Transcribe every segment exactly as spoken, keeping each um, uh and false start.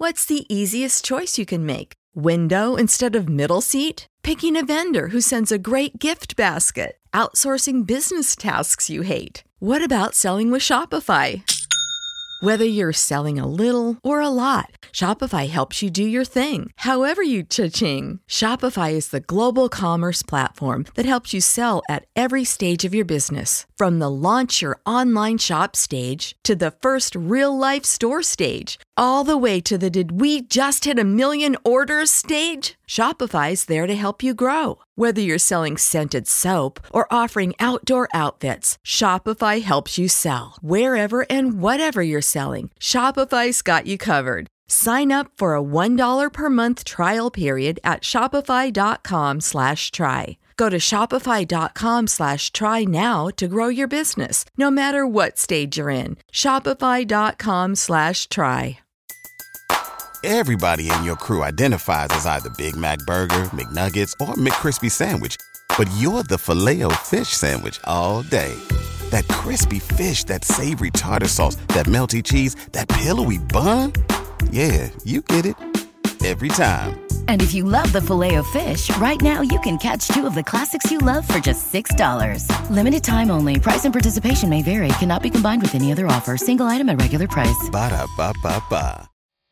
What's the easiest choice you can make? Window instead of middle seat? Picking a vendor who sends a great gift basket? Outsourcing business tasks you hate? What about selling with Shopify? Whether you're selling a little or a lot, Shopify helps you do your thing, however you cha-ching. Shopify is the global commerce platform that helps you sell at every stage of your business. From the launch your online shop stage to the first real-life store stage, all the way to the did we just hit a million orders stage. Shopify's there to help you grow. Whether you're selling scented soap or offering outdoor outfits, Shopify helps you sell. Wherever and whatever you're selling, Shopify's got you covered. Sign up for a one dollar per month trial period at shopify.com slash try. Go to shopify.com slash try now to grow your business, no matter what stage you're in. Shopify.com slash try. Everybody in your crew identifies as either Big Mac Burger, McNuggets, or McCrispy Sandwich. But you're the Filet-O-Fish Sandwich all day. That crispy fish, that savory tartar sauce, that melty cheese, that pillowy bun. Yeah, you get it. Every time. And if you love the Filet-O-Fish, right now you can catch two of the classics you love for just six dollars. Limited time only. Price and participation may vary. Cannot be combined with any other offer. Single item at regular price. Ba-da-ba-ba-ba.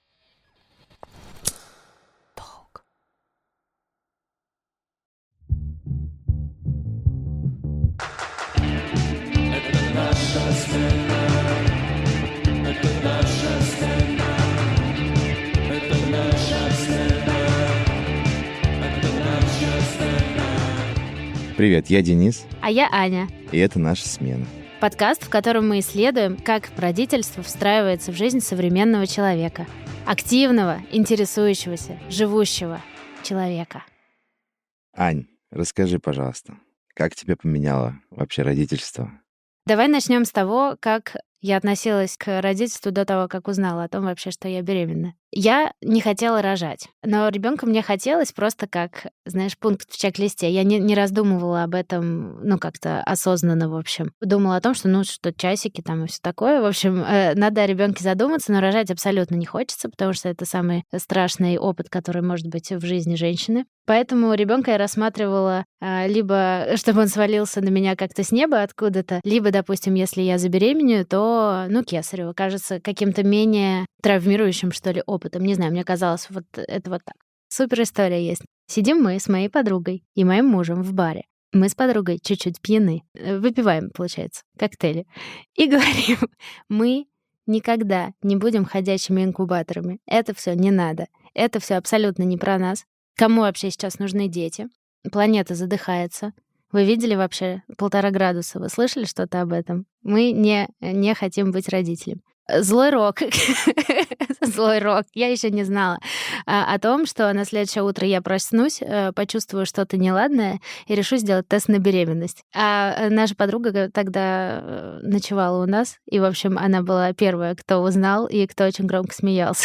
Привет, я Денис. А я Аня. И это наша смена. Подкаст, в котором мы исследуем, как родительство встраивается в жизнь современного человека. Активного, интересующегося, живущего человека. Ань, расскажи, пожалуйста, как тебя поменяло вообще родительство? Давай начнем с того, как я относилась к родительству до того, как узнала о том вообще, что я беременна. Я не хотела рожать, но ребенка мне хотелось просто как, знаешь, пункт в чек-листе. Я не, не раздумывала об этом, ну, как-то осознанно, в общем. Думала о том, что, ну, что часики там и все такое. В общем, э, надо о ребенке задуматься, но рожать абсолютно не хочется, потому что это самый страшный опыт, который может быть в жизни женщины. Поэтому ребенка я рассматривала э, либо, чтобы он свалился на меня как-то с неба откуда-то, либо, допустим, если я забеременею, то, ну, кесарево кажется каким-то менее травмирующим, что ли, опытом. Не знаю, мне казалось, вот это вот так. Супер история есть. Сидим мы с моей подругой и моим мужем в баре. Мы с подругой чуть-чуть пьяны. Выпиваем, получается, коктейли. И говорим, мы никогда не будем ходячими инкубаторами. Это все не надо. Это все абсолютно не про нас. Кому вообще сейчас нужны дети? Планета задыхается. Вы видели вообще полтора градуса? Вы слышали что-то об этом? Мы не, не хотим быть родителем. Злой рок. Злой рок. Я еще не знала а, о том, что на следующее утро я проснусь, почувствую что-то неладное и решу сделать тест на беременность. А наша подруга тогда ночевала у нас, и, в общем, она была первая, кто узнал и кто очень громко смеялся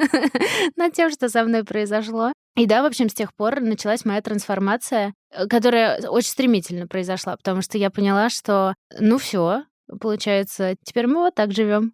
над тем, что со мной произошло. И да, в общем, с тех пор началась моя трансформация, которая очень стремительно произошла, потому что я поняла, что ну все, получается, теперь мы вот так живем.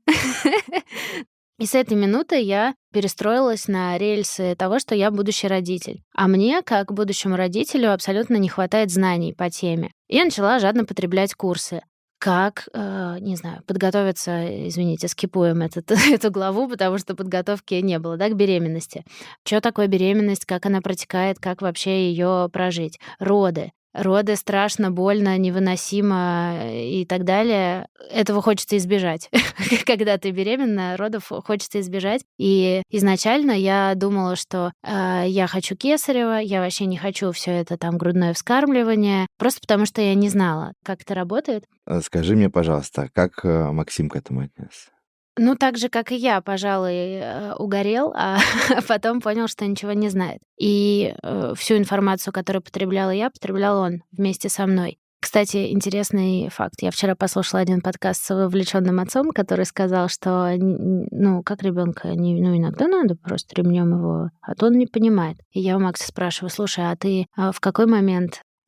И с этой минуты я перестроилась на рельсы того, что я будущий родитель. А мне, как будущему родителю, абсолютно не хватает знаний по теме. И я начала жадно потреблять курсы. Как, э, не знаю, подготовиться, извините, скипуем этот, эту главу, потому что подготовки не было, да, к беременности. Что такое беременность, как она протекает, как вообще ее прожить. Роды. Роды страшно, больно, невыносимо и так далее. Этого хочется избежать. Когда ты беременна, родов хочется избежать. И изначально я думала, что э, я хочу кесарево, я вообще не хочу все это там грудное вскармливание, просто потому что я не знала, как это работает. Скажи мне, пожалуйста, как Максим к этому отнесся? Ну, так же, как и я, пожалуй, угорел, а потом понял, что ничего не знает. И всю информацию, которую потребляла я, потреблял он вместе со мной. Кстати, интересный факт. Я вчера послушала один подкаст с вовлеченным отцом, который сказал, что, ну, как ребенка, ну, иногда надо просто ремнем его, а то он не понимает. И я у Макса спрашиваю, слушай, а ты в какой момент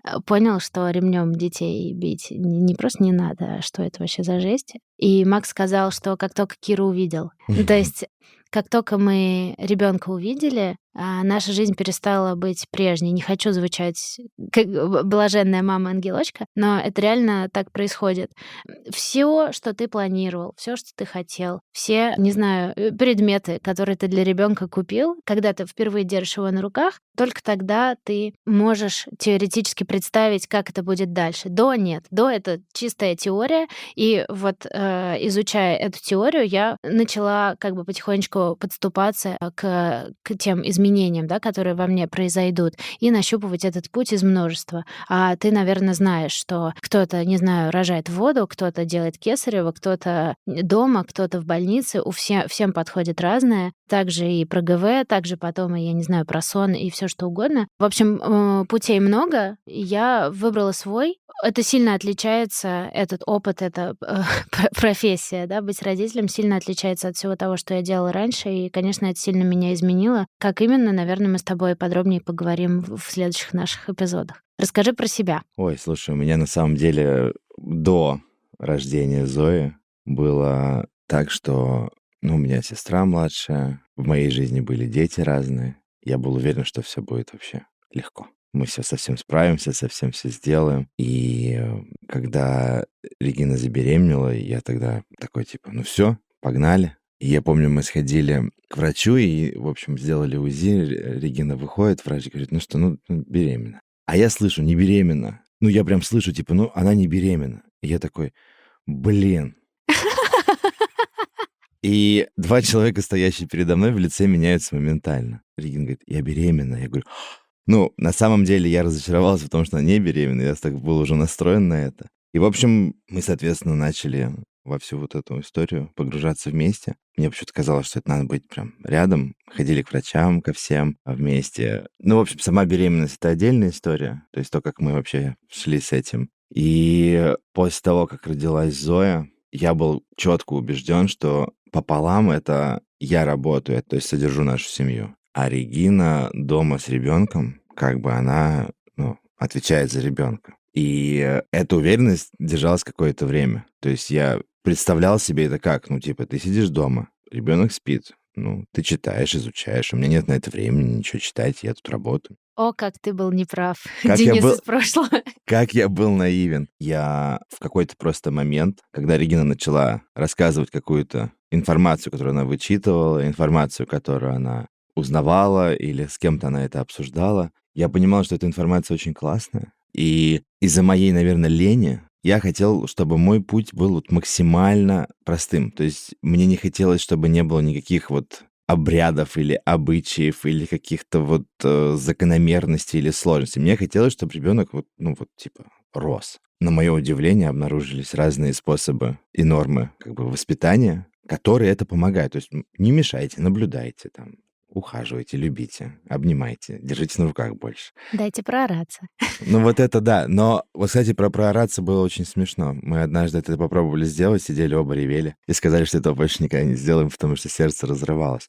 э, понял, что ремнем детей бить не, не просто не надо, а что это вообще за жесть. И Макс сказал, что как только Киру увидел, ну, то есть как только мы ребенка увидели, а, наша жизнь перестала быть прежней. Не хочу звучать как блаженная мама-ангелочка, но это реально так происходит. Все, что ты планировал, все, что ты хотел, все, не знаю, предметы, которые ты для ребенка купил, когда ты впервые держишь его на руках, только тогда ты можешь теоретически представить, как это будет дальше. До нет. До — это чистая теория. И вот э, изучая эту теорию, я начала как бы потихонечку подступаться к, к тем изменениям, да, которые во мне произойдут, и нащупывать этот путь из множества. А ты, наверное, знаешь, что кто-то, не знаю, рожает в воду, кто-то делает кесарево, кто-то дома, кто-то в больнице. У все, всем подходит разное. Также и про ГВ, также потом, и, я не знаю, про сон и все что угодно. В общем, путей много. Я выбрала свой. Это сильно отличается, этот опыт, эта э, профессия, да, быть родителем сильно отличается от всего того, что я делала раньше, и, конечно, это сильно меня изменило. Как именно, наверное, мы с тобой подробнее поговорим в следующих наших эпизодах. Расскажи про себя. Ой, слушай, у меня на самом деле до рождения Зои было так, что, ну, у меня сестра младшая, в моей жизни были дети разные. Я был уверен, что все будет вообще легко. Мы все совсем справимся, совсем все сделаем. И когда Регина забеременела, я тогда такой, типа, ну все, погнали. И я помню, мы сходили к врачу и, в общем, сделали УЗИ. Регина выходит, врач говорит, ну что, ну, беременна. А я слышу, не беременна. Ну, я прям слышу, типа, ну, она не беременна. И я такой, блин. И два человека, стоящие передо мной, в лице меняются моментально. Регина говорит, я беременна. Я говорю, ну, на самом деле я разочаровался в том, что она не беременна. Я так был уже настроен на это. И, в общем, мы, соответственно, начали во всю вот эту историю погружаться вместе. Мне почему-то казалось, что это надо быть прям рядом. Ходили к врачам, ко всем вместе. Ну, в общем, сама беременность — это отдельная история. То есть то, как мы вообще шли с этим. И после того, как родилась Зоя, я был четко убежден, что пополам это я работаю, то есть содержу нашу семью. А Регина дома с ребенком, как бы она, ну, отвечает за ребенка. И эта уверенность держалась какое-то время. То есть я представлял себе это как, ну, типа, ты сидишь дома, ребенок спит, ну, ты читаешь, изучаешь, у меня нет на это времени ничего читать, я тут работаю. О, как ты был неправ, как Денис был, из прошлого. Как я был наивен. Я в какой-то просто момент, когда Регина начала рассказывать какую-то информацию, которую она вычитывала, информацию, которую она узнавала или с кем-то она это обсуждала, я понимал, что эта информация очень классная. И из-за моей, наверное, лени я хотел, чтобы мой путь был вот максимально простым. То есть мне не хотелось, чтобы не было никаких вот обрядов или обычаев или каких-то вот э, закономерностей или сложностей. Мне хотелось, чтобы ребенок вот, ну вот типа рос. На мое удивление обнаружились разные способы и нормы как бы воспитания, которые это помогают. То есть не мешайте, наблюдайте там. Ухаживайте, любите, обнимайте, держите на руках больше. Дайте проораться. Ну вот это да. Но вот, кстати, про проораться было очень смешно. Мы однажды это попробовали сделать, сидели оба ревели и сказали, что этого больше никогда не сделаем, потому что сердце разрывалось.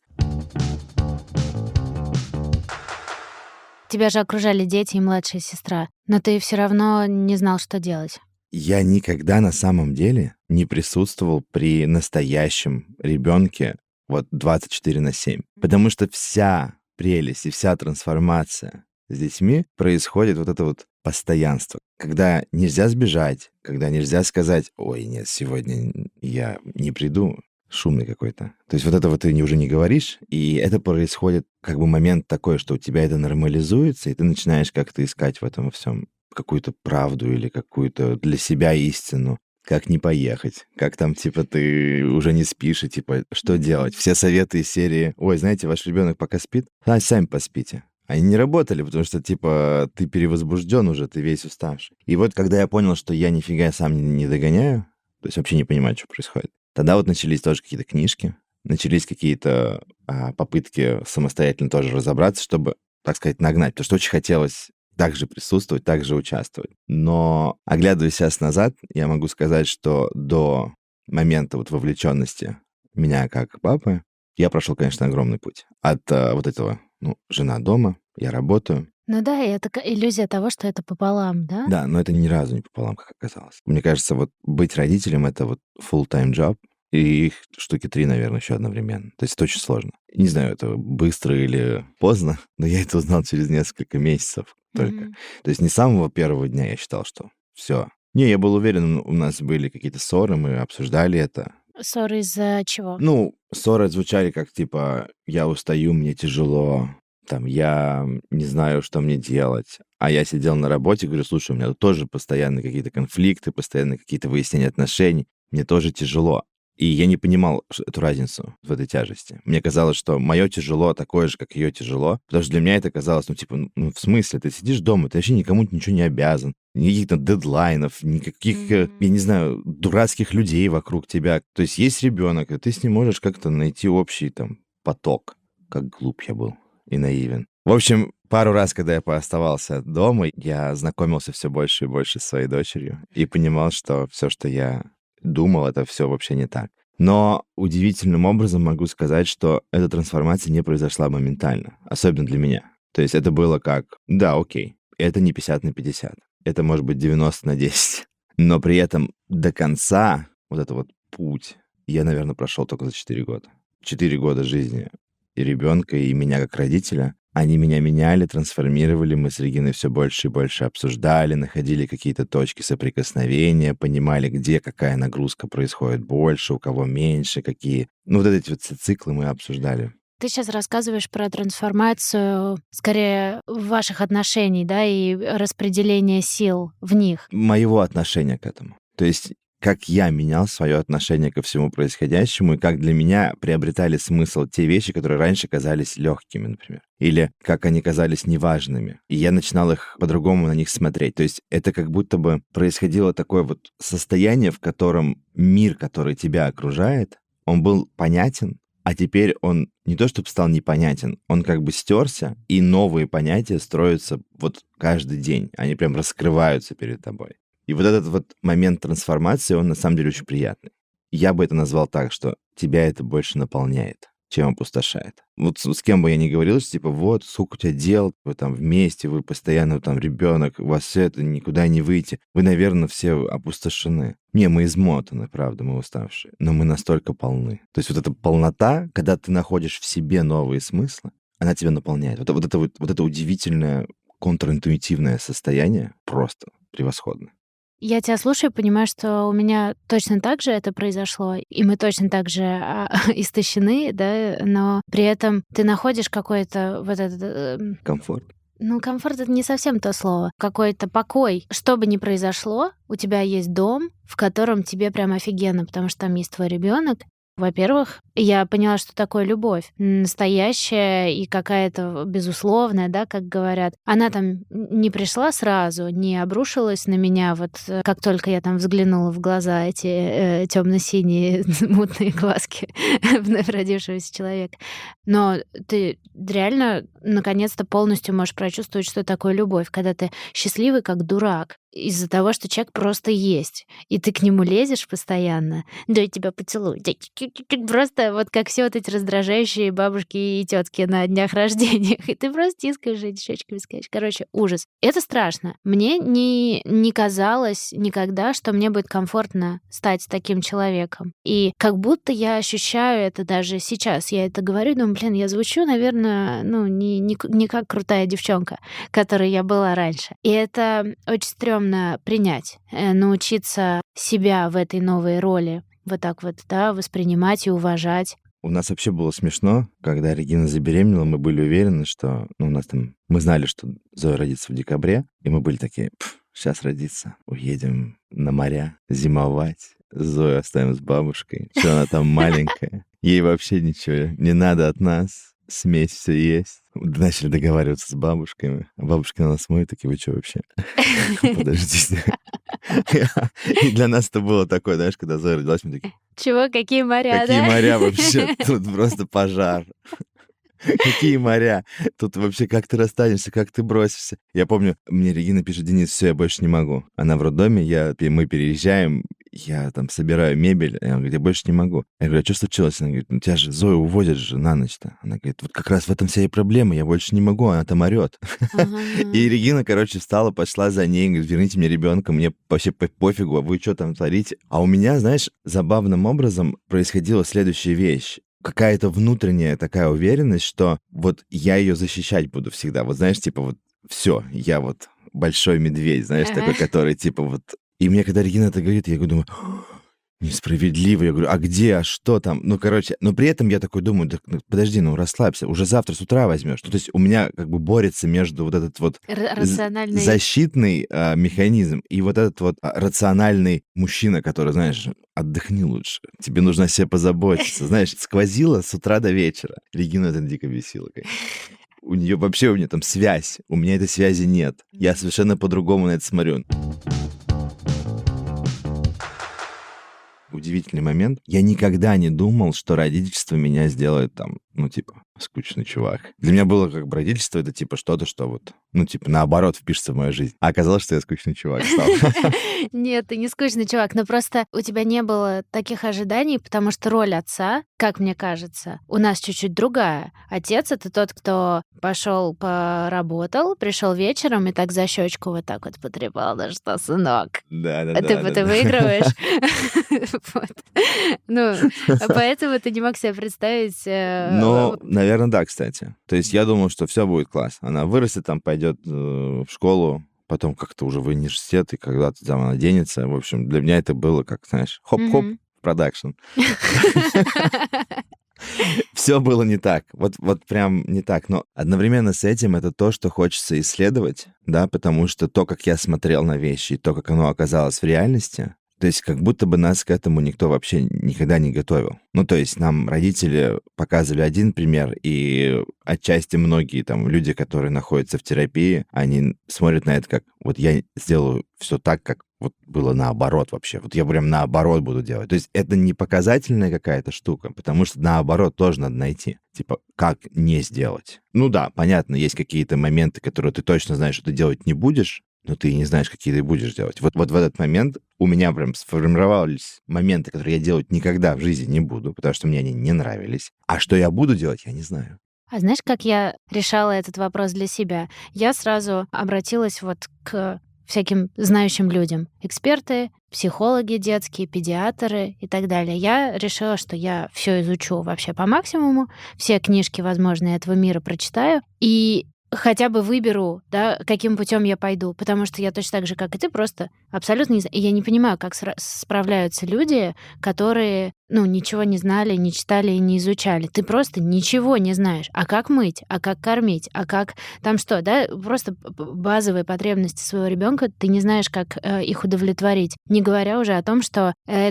Тебя же окружали дети и младшая сестра, но ты все равно не знал, что делать. Я никогда на самом деле не присутствовал при настоящем ребенке вот двадцать четыре на семь. Потому что вся прелесть и вся трансформация с детьми происходит вот это вот постоянство. Когда нельзя сбежать, когда нельзя сказать, ой, нет, сегодня я не приду, шумный какой-то. То есть вот это вот ты уже не говоришь, и это происходит как бы момент такой, что у тебя это нормализуется, и ты начинаешь как-то искать в этом всем какую-то правду или какую-то для себя истину. Как не поехать, как там, типа, ты уже не спишь, и, типа, что делать? Все советы из серии, ой, знаете, ваш ребенок пока спит, а сами поспите. Они не работали, потому что, типа, ты перевозбужден уже, ты весь уставший. И вот, когда я понял, что я нифига сам не догоняю, то есть вообще не понимаю, что происходит, тогда вот начались тоже какие-то книжки, начались какие-то а, попытки самостоятельно тоже разобраться, чтобы, так сказать, нагнать, потому что очень хотелось также присутствовать, также участвовать. Но, оглядываясь сейчас назад, я могу сказать, что до момента вот вовлеченности меня как папы, я прошел, конечно, огромный путь. От а, вот этого, ну, жена дома, я работаю, Ну да, и это к- иллюзия того, что это пополам, да? Да, но это ни разу не пополам, как оказалось. Мне кажется, вот быть родителем — это вот full-time job, и их штуки три, наверное, еще одновременно. То есть это очень сложно. Не знаю, это быстро или поздно, но я это узнал через несколько месяцев только. Мгм. То есть не с самого первого дня я считал, что все. Не, я был уверен, у нас были какие-то ссоры, мы обсуждали это. Ссоры из-за чего? Ну, ссоры звучали как типа «я устаю, мне тяжело», там «я не знаю, что мне делать». А я сидел на работе и говорю: слушай, у меня тут тоже постоянно какие-то конфликты, постоянно какие-то выяснения отношений, мне тоже тяжело. И я не понимал ш- эту разницу в этой тяжести. Мне казалось, что мое тяжело такое же, как ее тяжело, потому что для меня это казалось, ну, типа, ну, ну, в смысле, ты сидишь дома, ты вообще никому ничего не обязан, никаких там дедлайнов, никаких, э, Мгм. я не знаю, дурацких людей вокруг тебя. То есть есть ребенок, и ты с ним можешь как-то найти общий там поток. Как глуп я был и наивен. В общем, пару раз, когда я пооставался дома, я знакомился все больше и больше с своей дочерью и понимал, что все, что я думал, это все вообще не так. Но удивительным образом могу сказать, что эта трансформация не произошла моментально, особенно для меня. То есть это было как, да, окей, это не пятьдесят на пятьдесят, это может быть девяносто на десять. Но при этом до конца вот этот вот путь я, наверное, прошел только за четыре года. Четыре года жизни и ребенка, и меня как родителя. Они меня меняли, трансформировали, мы с Региной все больше и больше обсуждали, находили какие-то точки соприкосновения, понимали, где какая нагрузка происходит больше, у кого меньше, какие... Ну, вот эти вот все циклы мы обсуждали. Ты сейчас рассказываешь про трансформацию, скорее, ваших отношений, да, и распределение сил в них. Моего отношения к этому. То есть как я менял свое отношение ко всему происходящему, и как для меня приобретали смысл те вещи, которые раньше казались легкими, например, или как они казались неважными. И я начинал их по-другому на них смотреть. То есть это как будто бы происходило такое вот состояние, в котором мир, который тебя окружает, он был понятен, а теперь он не то чтобы стал непонятен, он как бы стерся, и новые понятия строятся вот каждый день. Они прям раскрываются перед тобой. И вот этот вот момент трансформации, он на самом деле очень приятный. Я бы это назвал так, что тебя это больше наполняет, чем опустошает. Вот с, с кем бы я ни говорил, что типа вот, сколько у тебя дел, вы там вместе, вы постоянно там ребенок, у вас все это, никуда не выйти. Вы, наверное, все опустошены. Не, мы измотаны, правда, мы уставшие, но мы настолько полны. То есть вот эта полнота, когда ты находишь в себе новые смыслы, она тебя наполняет. Вот, вот, это, вот, вот это удивительное контринтуитивное состояние просто превосходно. Я тебя слушаю и понимаю, что у меня точно так же это произошло, и мы точно так же а, истощены, да, но при этом ты находишь какой-то вот этот... э, Комфорт. Ну, комфорт — это не совсем то слово. Какой-то покой. Что бы ни произошло, у тебя есть дом, в котором тебе прям офигенно, потому что там есть твой ребенок. Во-первых, я поняла, что такое любовь. Настоящая и какая-то безусловная, да, как говорят. Она там не пришла сразу, не обрушилась на меня, вот э, как только я там взглянула в глаза эти э, темно-синие мутные глазки вновь родившегося человека. Но ты реально наконец-то полностью можешь прочувствовать, что такое любовь, когда ты счастливый как дурак из-за того, что человек просто есть. И ты к нему лезешь постоянно. Дай тебя поцелуй. Просто вот как все вот эти раздражающие бабушки и тетки на днях рождения. И ты просто тискаешь эти щечками, скачешь. Короче, ужас. Это страшно. Мне не, не казалось никогда, что мне будет комфортно стать таким человеком. И как будто я ощущаю это даже сейчас. Я это говорю, думаю, блин, я звучу, наверное, ну, не, не, не как крутая девчонка, которой я была раньше. И это очень стрёмно принять, научиться себя в этой новой роли вот так вот, да, воспринимать и уважать. У нас вообще было смешно, когда Регина забеременела, мы были уверены, что... Ну, у нас там... Мы знали, что Зоя родится в декабре, и мы были такие, сейчас родится, уедем на моря зимовать, Зою оставим с бабушкой, что она там маленькая, ей вообще ничего не надо от нас, смесь все есть. Начали договариваться с бабушками. А бабушки на нас смотрят, такие, вы что вообще? Подождите. И для нас это было такое, знаешь, когда Зоя родилась, мы такие... Чего? Какие моря, Какие да? моря вообще? Тут просто пожар. Какие моря? Тут вообще как ты расстанешься, как ты бросишься? Я помню, мне Регина пишет: Денис, все, я больше не могу. Она в роддоме, я, мы переезжаем, я там собираю мебель. И она говорит, я больше не могу. Я говорю, а что случилось? Она говорит, ну тебя же Зоя уводят же на ночь-то. Она говорит, вот как раз в этом вся и проблема, я больше не могу, она там орет. Ага. И Регина, короче, встала, пошла за ней, говорит, верните мне ребенка, мне вообще пофигу, а вы что там творите? А у меня, знаешь, забавным образом происходила следующая вещь. Какая-то внутренняя такая уверенность, что вот я ее защищать буду всегда. Вот знаешь, типа вот все, я вот большой медведь, знаешь, ага. такой, который типа вот... И мне, когда Регина это говорит, я думаю, несправедливо. Я говорю, а где, а что там? Ну, короче, но при этом я такой думаю, да, подожди, ну, расслабься, уже завтра с утра возьмешь. Ну, то есть у меня как бы борется между вот этот вот рациональный... защитный а, механизм и вот этот вот а, рациональный мужчина, который, знаешь, отдохни лучше, тебе нужно о себе позаботиться. Знаешь, сквозило с утра до вечера. Регину это дико бесило, конечно. У нее вообще, у нее там связь. У меня этой связи нет. Я совершенно по-другому на это смотрю. Удивительный момент. Я никогда не думал, что родительство меня сделает там, ну, типа, скучный чувак. Для меня было как бы родительство, это типа что-то, что вот, ну, типа, наоборот, впишется в мою жизнь. А оказалось, что я скучный чувак стал. Нет, ты не скучный чувак, но просто у тебя не было таких ожиданий, потому что роль отца, как мне кажется, у нас чуть-чуть другая. Отец — это тот, кто пошел поработал, пришел вечером и так за щечку вот так вот потрепал, да что, сынок? Да, да, ты, да. Ты выигрываешь. Ну, поэтому ты не мог себе представить... Ну, наверное, да, кстати. То есть я думал, что все будет класс. Она вырастет, там пойдет в школу, потом как-то уже в университет, и когда-то там она денется. В общем, для меня это было как, знаешь, хоп-хоп, продакшн. Все было не так. Вот, вот прям не так. Но одновременно с этим это то, что хочется исследовать, да, потому что то, как я смотрел на вещи, и то, как оно оказалось в реальности, то есть как будто бы нас к этому никто вообще никогда не готовил. Ну, то есть нам родители показывали один пример, и отчасти многие там люди, которые находятся в терапии, они смотрят на это как вот я сделаю все так, как вот было наоборот вообще. Вот я прям наоборот буду делать. То есть это не показательная какая-то штука, потому что наоборот тоже надо найти. Типа, как не сделать. Ну да, понятно, есть какие-то моменты, которые ты точно знаешь, что ты делать не будешь, но ты не знаешь, какие ты будешь делать. Вот, вот в этот момент у меня прям сформировались моменты, которые я делать никогда в жизни не буду, потому что мне они не нравились. А что я буду делать, я не знаю. А знаешь, как я решала этот вопрос для себя? Я сразу обратилась вот к всяким знающим людям. Эксперты, психологи детские, педиатры и так далее. Я решила, что я все изучу вообще по максимуму, все книжки возможные этого мира прочитаю и хотя бы выберу, да, каким путем я пойду, потому что я точно так же, как и ты, просто абсолютно не знаю. И я не понимаю, как справляются люди, которые, ну, ничего не знали, не читали и не изучали. Ты просто ничего не знаешь. А как мыть, а как кормить, а как там что, да, просто базовые потребности своего ребенка ты не знаешь, как э, их удовлетворить. Не говоря уже о том, что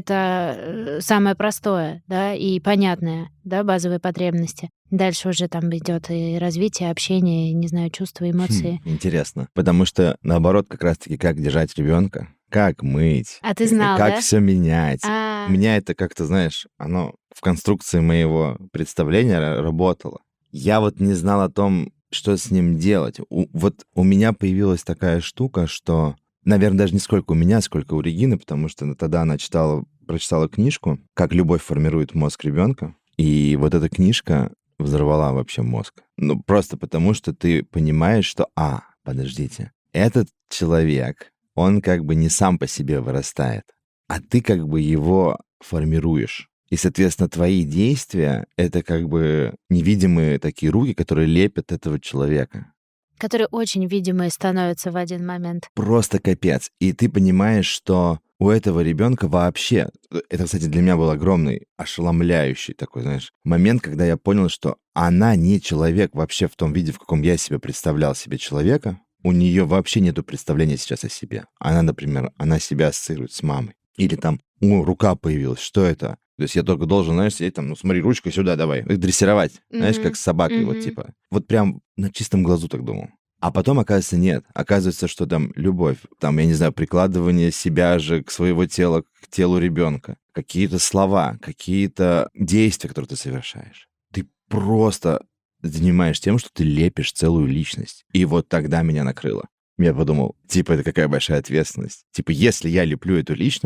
это самое простое, да, и понятное, да, базовые потребности. Дальше уже там идет и развитие, общение, не знаю, чувства, эмоции. Хм, интересно. Потому что, наоборот, как раз-таки, как держать ребенка, как мыть, а ты знал, как да? все менять. А... У меня это как-то, знаешь, оно в конструкции моего представления работало. Я вот не знал о том, что с ним делать. У, вот у меня появилась такая штука, что, наверное, даже не сколько у меня, сколько у Регины, потому что тогда она читала, прочитала книжку «Как любовь формирует мозг ребенка». И вот эта книжка взорвала вообще мозг. Ну, просто потому, что ты понимаешь, что, а, подождите, этот человек, он как бы не сам по себе вырастает, а ты как бы его формируешь. И, соответственно, твои действия — это как бы невидимые такие руки, которые лепят этого человека. Которые очень видимые становятся в один момент. Просто капец. И ты понимаешь, что у этого ребенка вообще... Это, кстати, для меня был огромный, ошеломляющий такой, знаешь, момент, когда я понял, что она не человек вообще в том виде, в каком я себе представлял себе человека. У нее вообще нету представления сейчас о себе. Она, например, она себя ассоциирует с мамой. Или там, о, рука появилась, что это? То есть я только должен, знаешь, сидеть там, ну смотри, ручкой сюда давай, и дрессировать, mm-hmm. знаешь, как с собакой, mm-hmm. вот типа. Вот прям на чистом глазу так думал. А потом, оказывается, нет. Оказывается, что там любовь, там, я не знаю, прикладывание себя же к своего тела, к телу ребенка, какие-то слова, какие-то действия, которые ты совершаешь. Ты просто занимаешь тем, что ты лепишь целую личность. И вот тогда меня накрыло. Я подумал, типа, это какая большая ответственность. Типа, если я леплю эту личность,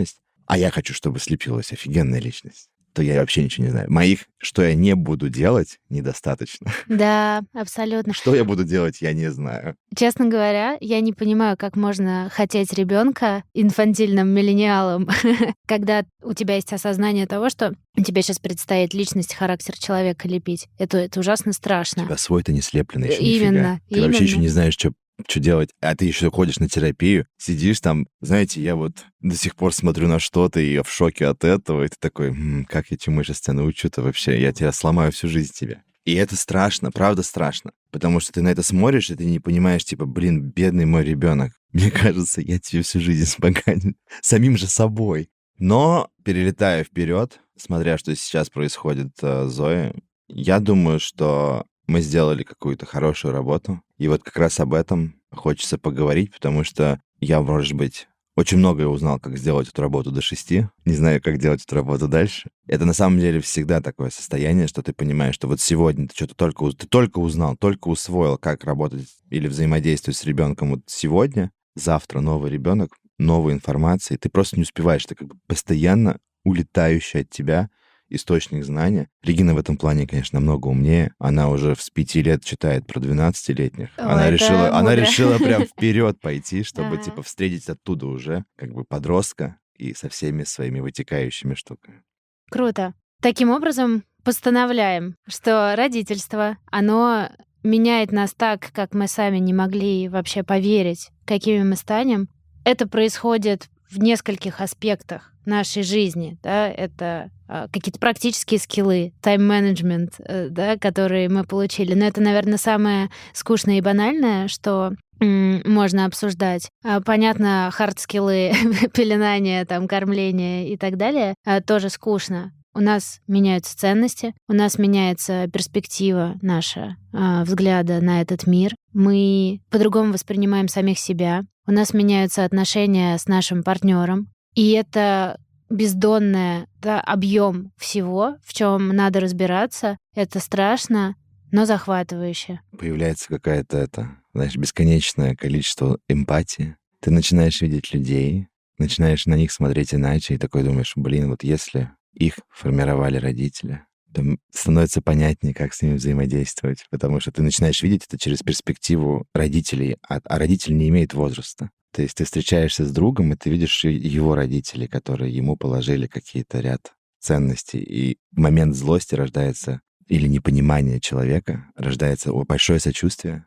а я хочу, чтобы слепилась офигенная личность, то я вообще ничего не знаю. Моих, что я не буду делать, недостаточно. Да, абсолютно. Что я буду делать, я не знаю. Честно говоря, я не понимаю, как можно хотеть ребенка инфантильным миллениалом, когда у тебя есть осознание того, что тебе сейчас предстоит личность, характер человека лепить. Это, это ужасно страшно. У тебя свой-то не слепленный еще Именно, нифига. Ты именно. вообще еще не знаешь, что что делать, а ты еще ходишь на терапию, сидишь там, знаете, я вот до сих пор смотрю на что-то, и я в шоке от этого, и ты такой, м-м, как я чему сейчас тебя научу-то вообще, я тебя сломаю всю жизнь тебе. И это страшно, правда страшно, потому что ты на это смотришь, и ты не понимаешь, типа, блин, бедный мой ребенок, мне кажется, я тебе всю жизнь испоганю самим же собой. Но, перелетая вперед, смотря, что сейчас происходит с Зоей, я думаю, что мы сделали какую-то хорошую работу. И вот как раз об этом хочется поговорить, потому что я, может быть, очень многое узнал, как сделать эту работу до шести. Не знаю, как делать эту работу дальше. Это на самом деле всегда такое состояние, что ты понимаешь, что вот сегодня ты что-то только, ты только узнал, только усвоил, как работать или взаимодействовать с ребенком вот сегодня. Завтра новый ребенок, новая информация, и ты просто не успеваешь. Ты как бы постоянно улетающий от тебя источник знания. Регина в этом плане, конечно, намного умнее. Она уже с пяти лет читает про двенадцатилетних. О, она решила, мудро. она решила прям вперед пойти, чтобы Ага. типа встретить оттуда уже как бы подростка и со всеми своими вытекающими штуками. Круто. Таким образом, постановляем, что родительство, оно меняет нас так, как мы сами не могли вообще поверить, какими мы станем. Это происходит в нескольких аспектах нашей жизни. Да? Это а, какие-то практические скиллы, тайм-менеджмент, э, да, которые мы получили. Но это, наверное, самое скучное и банальное, что м, можно обсуждать. А, понятно, хард-скиллы, пеленание, там, кормление и так далее, а, тоже скучно. У нас меняются ценности, у нас меняется перспектива наша, а, взгляда на этот мир. Мы по-другому воспринимаем самих себя. У нас меняются отношения с нашим партнером. И это бездонный, да, объем всего, в чем надо разбираться. Это страшно, но захватывающе. Появляется какая-то, это, знаешь, бесконечное количество эмпатии. Ты начинаешь видеть людей, начинаешь на них смотреть иначе, и такой думаешь, блин, вот если их формировали родители, то становится понятнее, как с ними взаимодействовать, потому что ты начинаешь видеть это через перспективу родителей, а, а родители не имеют возраста. То есть ты встречаешься с другом, и ты видишь его родителей, которые ему положили какие-то ряд ценностей, и в момент злости рождается, или непонимание человека, рождается большое сочувствие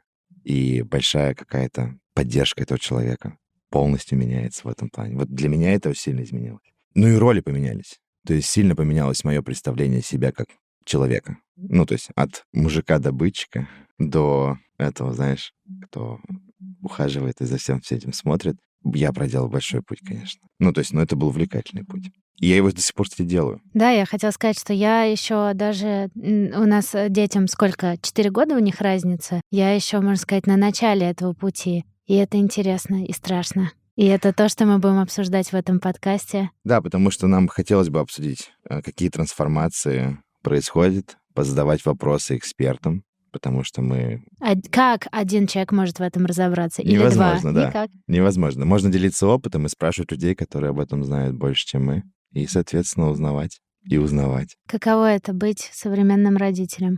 и большая какая-то поддержка этого человека. Полностью меняется в этом плане. Вот для меня это очень сильно изменилось. Ну и роли поменялись. То есть сильно поменялось мое представление себя как человека. Ну, то есть от мужика-добытчика до этого, знаешь, кто ухаживает и за всем этим смотрит. Я проделал большой путь, конечно. Ну, то есть, ну, это был увлекательный путь. И я его до сих пор, кстати, делаю. Да, я хотела сказать, что я еще даже... У нас детям сколько? Четыре года у них разница. Я еще, можно сказать, на начале этого пути. И это интересно и страшно. И это то, что мы будем обсуждать в этом подкасте. Да, потому что нам хотелось бы обсудить, какие трансформации происходят, позадавать вопросы экспертам, потому что мы... А как один человек может в этом разобраться? Или Невозможно, два? да. Никак. Невозможно. Можно делиться опытом и спрашивать людей, которые об этом знают больше, чем мы, и, соответственно, узнавать и узнавать. Каково это быть современным родителем?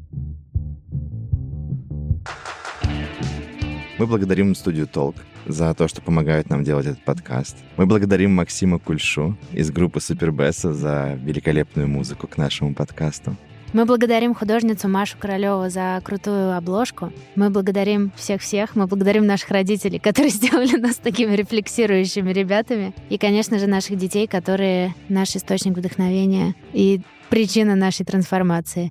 Мы благодарим студию «Толк» за то, что помогают нам делать этот подкаст. Мы благодарим Максима Кульшу из группы Супербеса за великолепную музыку к нашему подкасту. Мы благодарим художницу Машу Королёву за крутую обложку. Мы благодарим всех-всех. Мы благодарим наших родителей, которые сделали нас такими рефлексирующими ребятами. И, конечно же, наших детей, которые наш источник вдохновения и причина нашей трансформации.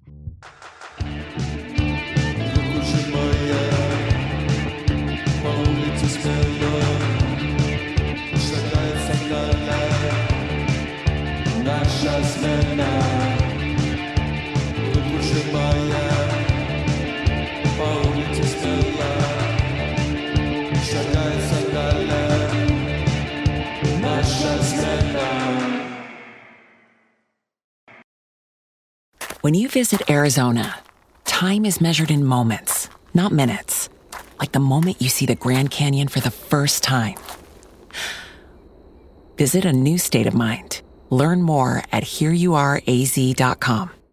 When you visit Arizona, time is measured in moments, not minutes. Like the moment you see the Grand Canyon for the first time. visit a new state of mind. Learn more at here you are a z dot com.